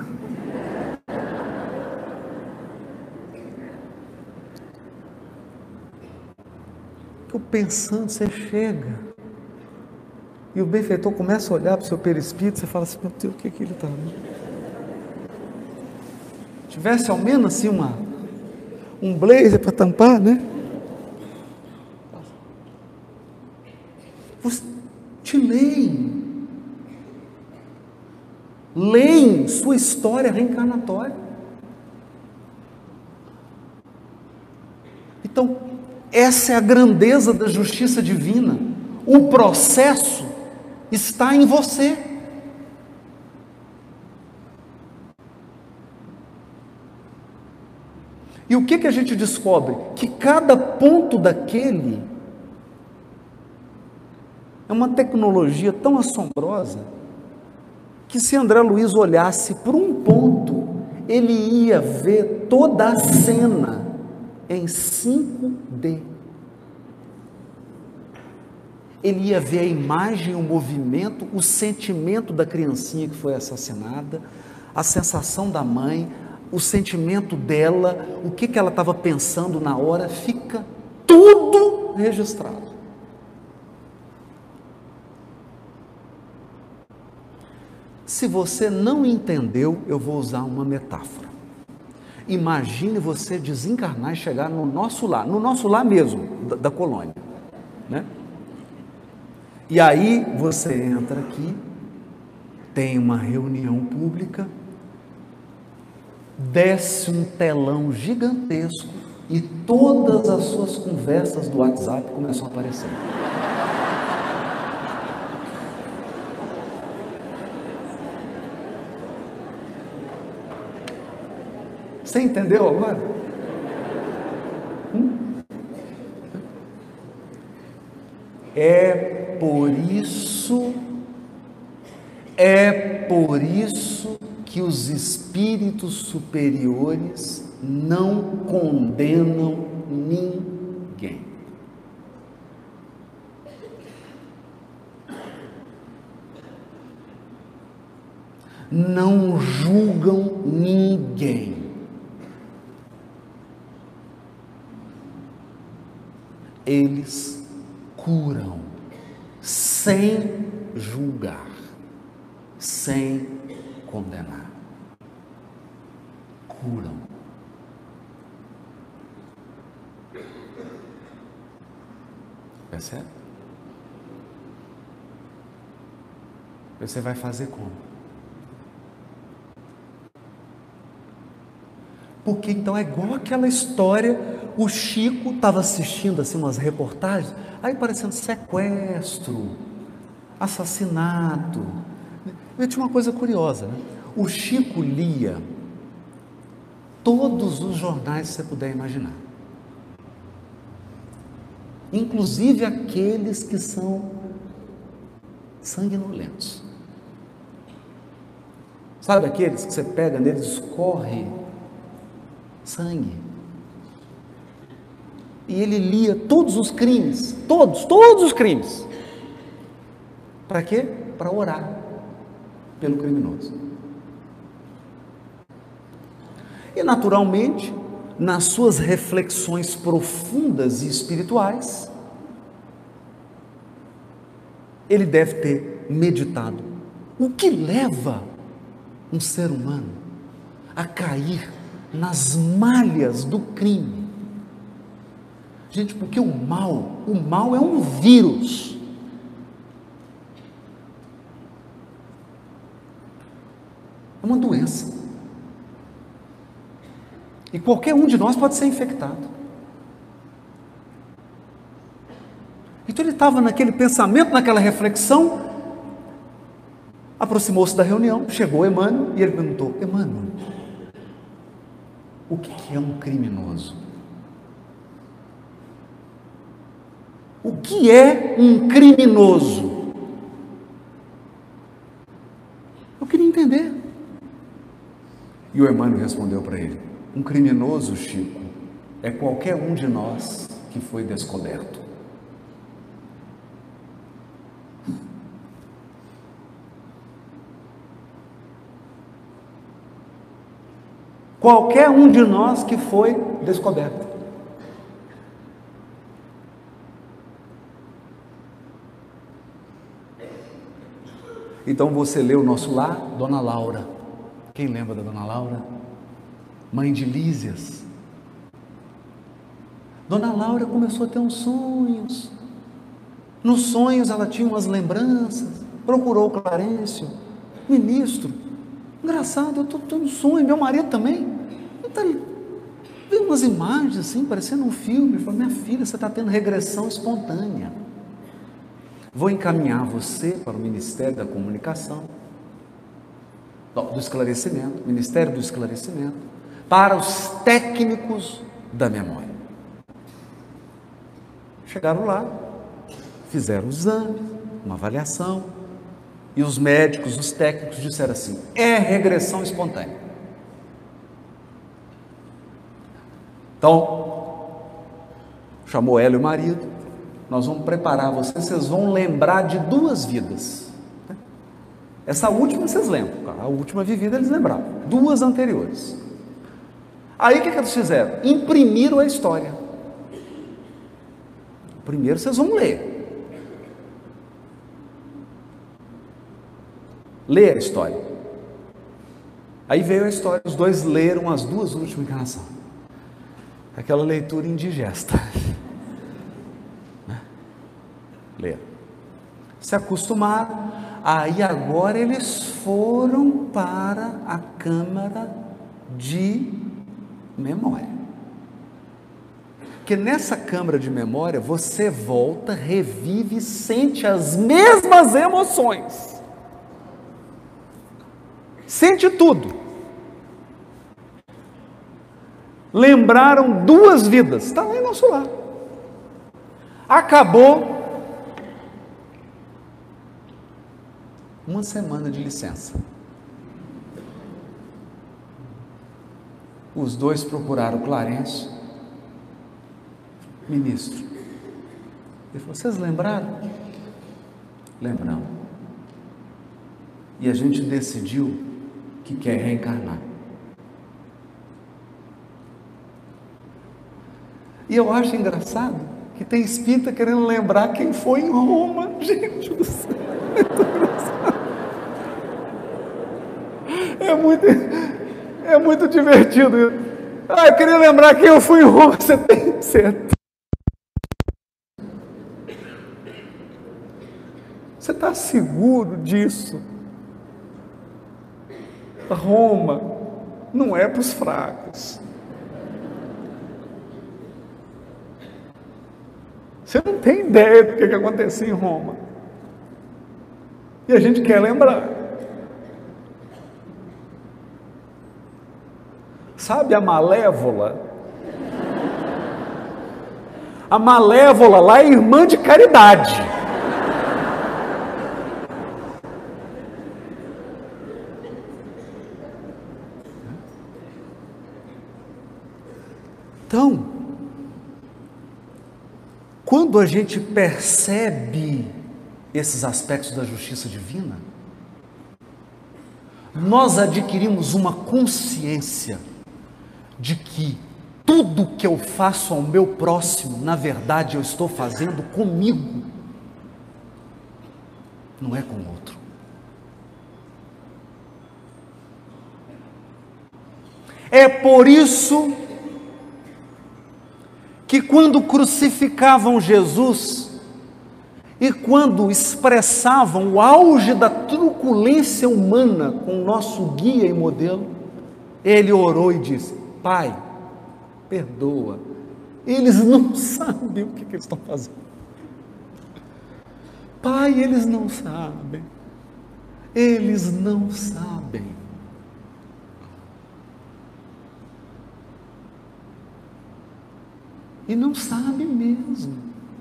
Estou pensando, você chega, e o benfeitor começa a olhar para o seu perispírito, você fala assim, meu Deus, o que, que ele está vendo? Tivesse ao menos assim uma, um blazer para tampar, né? Você, te leem, leem sua história reencarnatória. Então, essa é a grandeza da justiça divina. O processo está em você. E o que que a gente descobre? Que cada ponto daquele é uma tecnologia tão assombrosa que se André Luiz olhasse por um ponto, ele ia ver toda a cena em cinco D. Ele ia ver a imagem, o movimento, o sentimento da criancinha que foi assassinada, a sensação da mãe, o sentimento dela, o que que ela estava pensando na hora, fica tudo registrado. Se você não entendeu, eu vou usar uma metáfora. Imagine você desencarnar e chegar no nosso lar, no nosso lar mesmo, da, da colônia, né? E aí você entra aqui, tem uma reunião pública, desce um telão gigantesco e todas as suas conversas do WhatsApp começam a aparecer. Você entendeu agora? Hum? É por isso, é por isso que os espíritos superiores não condenam ninguém. Não julgam ninguém. Eles curam, sem julgar, sem condenar. Curam. Percebe? Você vai fazer como? Porque então é igual aquela história, o Chico estava assistindo assim umas reportagens, aí parecendo sequestro, assassinato. Eu tinha uma coisa curiosa, né? O Chico lia todos os jornais que você puder imaginar, inclusive aqueles que são sanguinolentos. Sabe aqueles que você pega neles, escorre sangue. E ele lia todos os crimes, todos, todos os crimes. Para quê? Para orar pelo criminoso. E naturalmente, nas suas reflexões profundas e espirituais, ele deve ter meditado. O que leva um ser humano a cair nas malhas do crime? Gente, porque o mal, o mal é um vírus. É uma doença. E qualquer um de nós pode ser infectado. Então ele estava naquele pensamento, naquela reflexão, aproximou-se da reunião, chegou Emmanuel e ele perguntou: Emmanuel, o que é um criminoso? O que é um criminoso? Eu queria entender. E o Emmanuel respondeu para ele: um criminoso, Chico, é qualquer um de nós que foi descoberto. Qualquer um de nós que foi descoberto. Então você lê o Nosso Lar, Dona Laura. Quem lembra da Dona Laura? Mãe de Lísias. Dona Laura começou a ter uns sonhos. Nos sonhos ela tinha umas lembranças. Procurou o Clarencio, ministro. Engraçado, eu estou no sonho, meu marido também. Tá, vi umas imagens assim, parecendo um filme. Ele falou: minha filha, você está tendo regressão espontânea. Vou encaminhar você para o Ministério da Comunicação, do Esclarecimento, Ministério do Esclarecimento, para os técnicos da memória. Chegaram lá, fizeram o exame, uma avaliação, e os médicos, os técnicos disseram assim: é regressão espontânea. Então, chamou ela e o marido: nós vamos preparar vocês, vocês vão lembrar de duas vidas. Essa última vocês lembram, a última vivida eles lembravam, duas anteriores. Aí o que, que eles fizeram? Imprimiram a história. Primeiro vocês vão ler. Lê a história. Aí veio a história, os dois leram as duas últimas encarnações. Aquela leitura indigesta. Leram. Se acostumaram. Aí agora eles foram para a câmara de memória. Porque nessa câmara de memória você volta, revive, sente as mesmas emoções. Sente tudo. Lembraram duas vidas. Está lá em Nosso Lar. Acabou. Uma semana de licença. Os dois procuraram o Clarencio. Ministro. Ele falou: vocês lembraram? Lembramos. E a gente decidiu que quer reencarnar. E eu acho engraçado que tem espírita querendo lembrar quem foi em Roma. Gente do céu. É muito, é muito divertido isso. Ah, eu queria lembrar quem eu fui em Roma. Você tem certeza? Você está seguro disso? Roma não é para os fracos. Você não tem ideia do que, que acontecia em Roma. E a gente quer lembrar. Sabe a Malévola? A Malévola lá é irmã de caridade. Então, quando a gente percebe esses aspectos da justiça divina, nós adquirimos uma consciência de que tudo que eu faço ao meu próximo, na verdade eu estou fazendo comigo, não é com o outro. É por isso que quando crucificavam Jesus e quando expressavam o auge da truculência humana com o nosso guia e modelo, ele orou e disse: Pai, perdoa, eles não sabem o que, que eles estão fazendo. Pai, eles não sabem. Eles não sabem. E não sabe mesmo.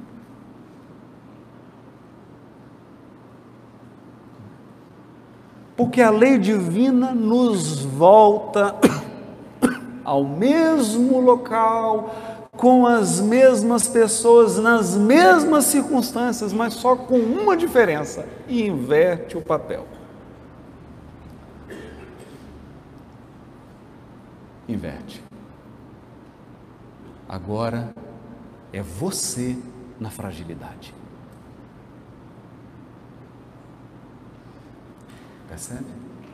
Porque a lei divina nos volta ao mesmo local, com as mesmas pessoas, nas mesmas circunstâncias, mas só com uma diferença: e inverte o papel. Inverte. Agora é você na fragilidade. Percebe?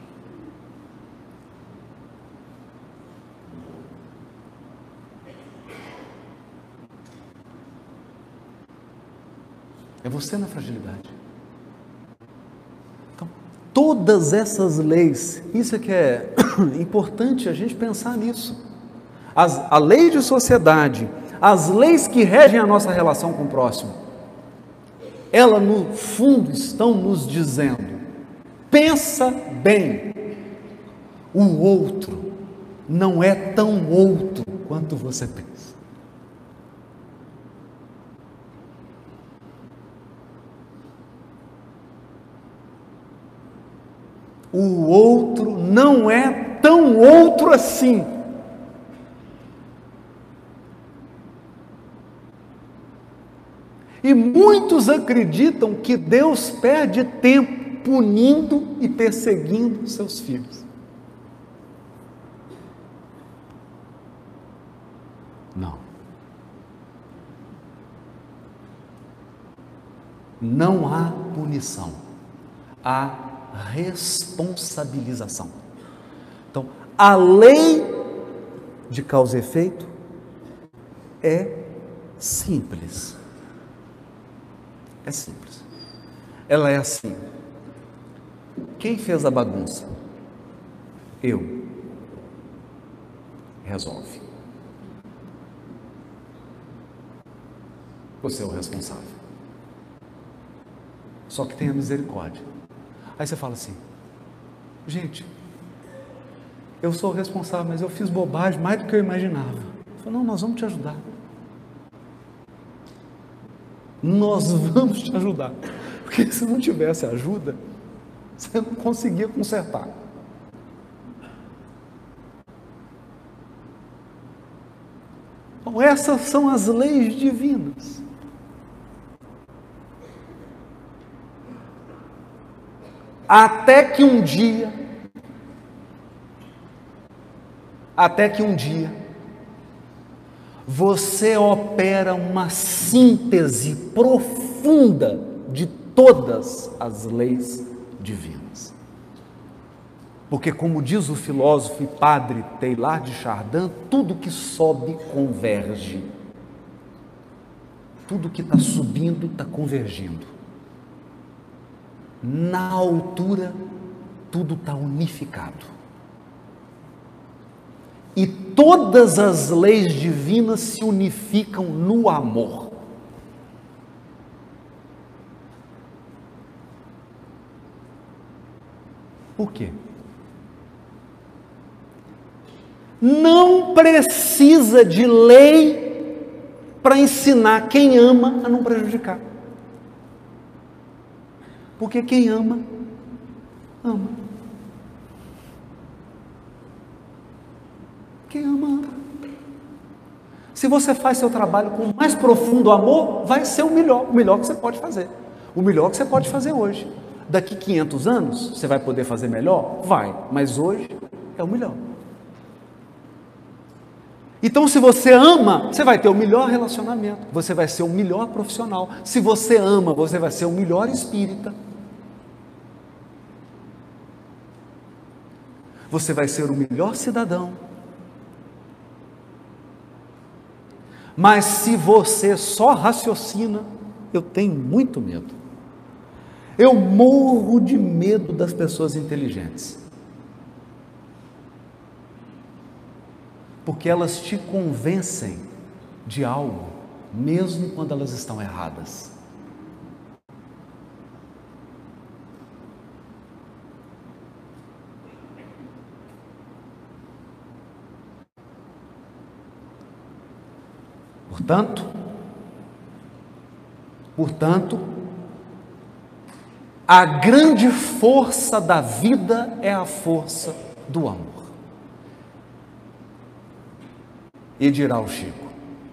É você na fragilidade. Então, todas essas leis, isso é que é importante a gente pensar nisso. As, a lei de sociedade, as leis que regem a nossa relação com o próximo, elas no fundo estão nos dizendo: pensa bem, o outro não é tão outro quanto você pensa. O outro não é tão outro assim. E muitos acreditam que Deus perde tempo punindo e perseguindo seus filhos. Não. Não há punição. Há responsabilização. Então, a lei de causa e efeito é simples. É simples. Ela é assim: quem fez a bagunça? Eu. Resolve. Você é o responsável. Só que tenha misericórdia. Aí você fala assim: gente, eu sou o responsável, mas eu fiz bobagem mais do que eu imaginava. Eu falo: não, nós vamos te ajudar. Nós vamos te ajudar. Porque se não tivesse ajuda, você não conseguia consertar. Então, essas são as leis divinas. Até que um dia, até que um dia, você opera uma síntese profunda de todas as leis divinas. Porque, como diz o filósofo e padre Teilhard de Chardin, tudo que sobe converge. Tudo que está subindo está convergindo. Na altura, tudo está unificado. E todas as leis divinas se unificam no amor. Por quê? Não precisa de lei para ensinar quem ama a não prejudicar. Porque quem ama, ama. Quem ama, ama. Se você faz seu trabalho com o mais profundo amor, vai ser o melhor, o melhor que você pode fazer. O melhor que você pode fazer hoje. Daqui quinhentos anos, você vai poder fazer melhor? Vai, mas hoje é o melhor. Então, se você ama, você vai ter o melhor relacionamento, você vai ser o melhor profissional. Se você ama, você vai ser o melhor espírita. Você vai ser o melhor cidadão. Mas se você só raciocina, eu tenho muito medo. Eu morro de medo das pessoas inteligentes. Porque elas te convencem de algo, mesmo quando elas estão erradas. Portanto, portanto, a grande força da vida é a força do amor. E dirá o Chico: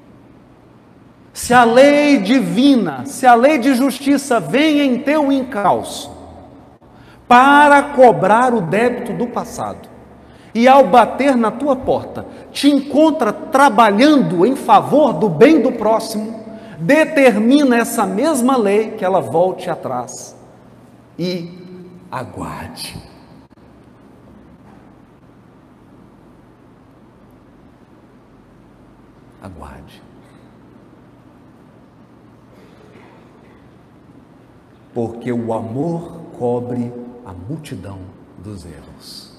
se a lei divina, se a lei de justiça vem em teu encalço para cobrar o débito do passado, e ao bater na tua porta, te encontra trabalhando em favor do bem do próximo, determina essa mesma lei que ela volte atrás e aguarde. Aguarde. Porque o amor cobre a multidão dos erros.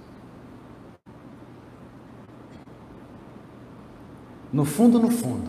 No fundo, no fundo,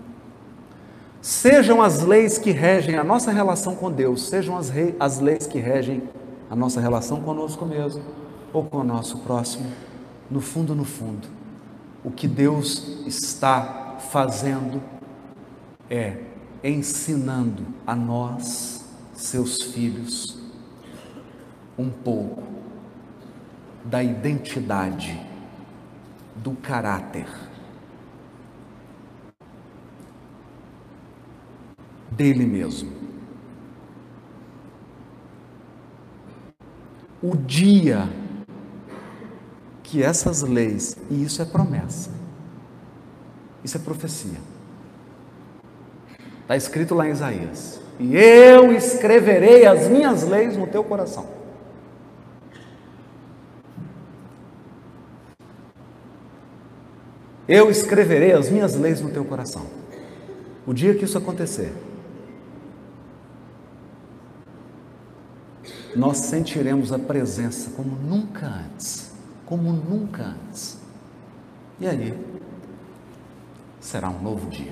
sejam as leis que regem a nossa relação com Deus, sejam as, rei, as leis que regem a nossa relação conosco mesmo ou com o nosso próximo, no fundo, no fundo, o que Deus está fazendo é ensinando a nós, seus filhos, um pouco da identidade, do caráter dele mesmo. O dia que essas leis, e isso é promessa, isso é profecia, está escrito lá em Isaías: e eu escreverei as minhas leis no teu coração. Eu escreverei as minhas leis no teu coração. O dia que isso acontecer, nós sentiremos a presença como nunca antes, como nunca antes. E aí, será um novo dia.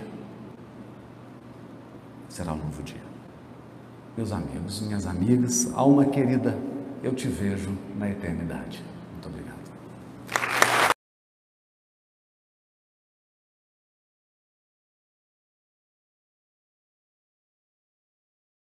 Será um novo dia. Meus amigos, minhas amigas, alma querida, eu te vejo na eternidade. Muito obrigado.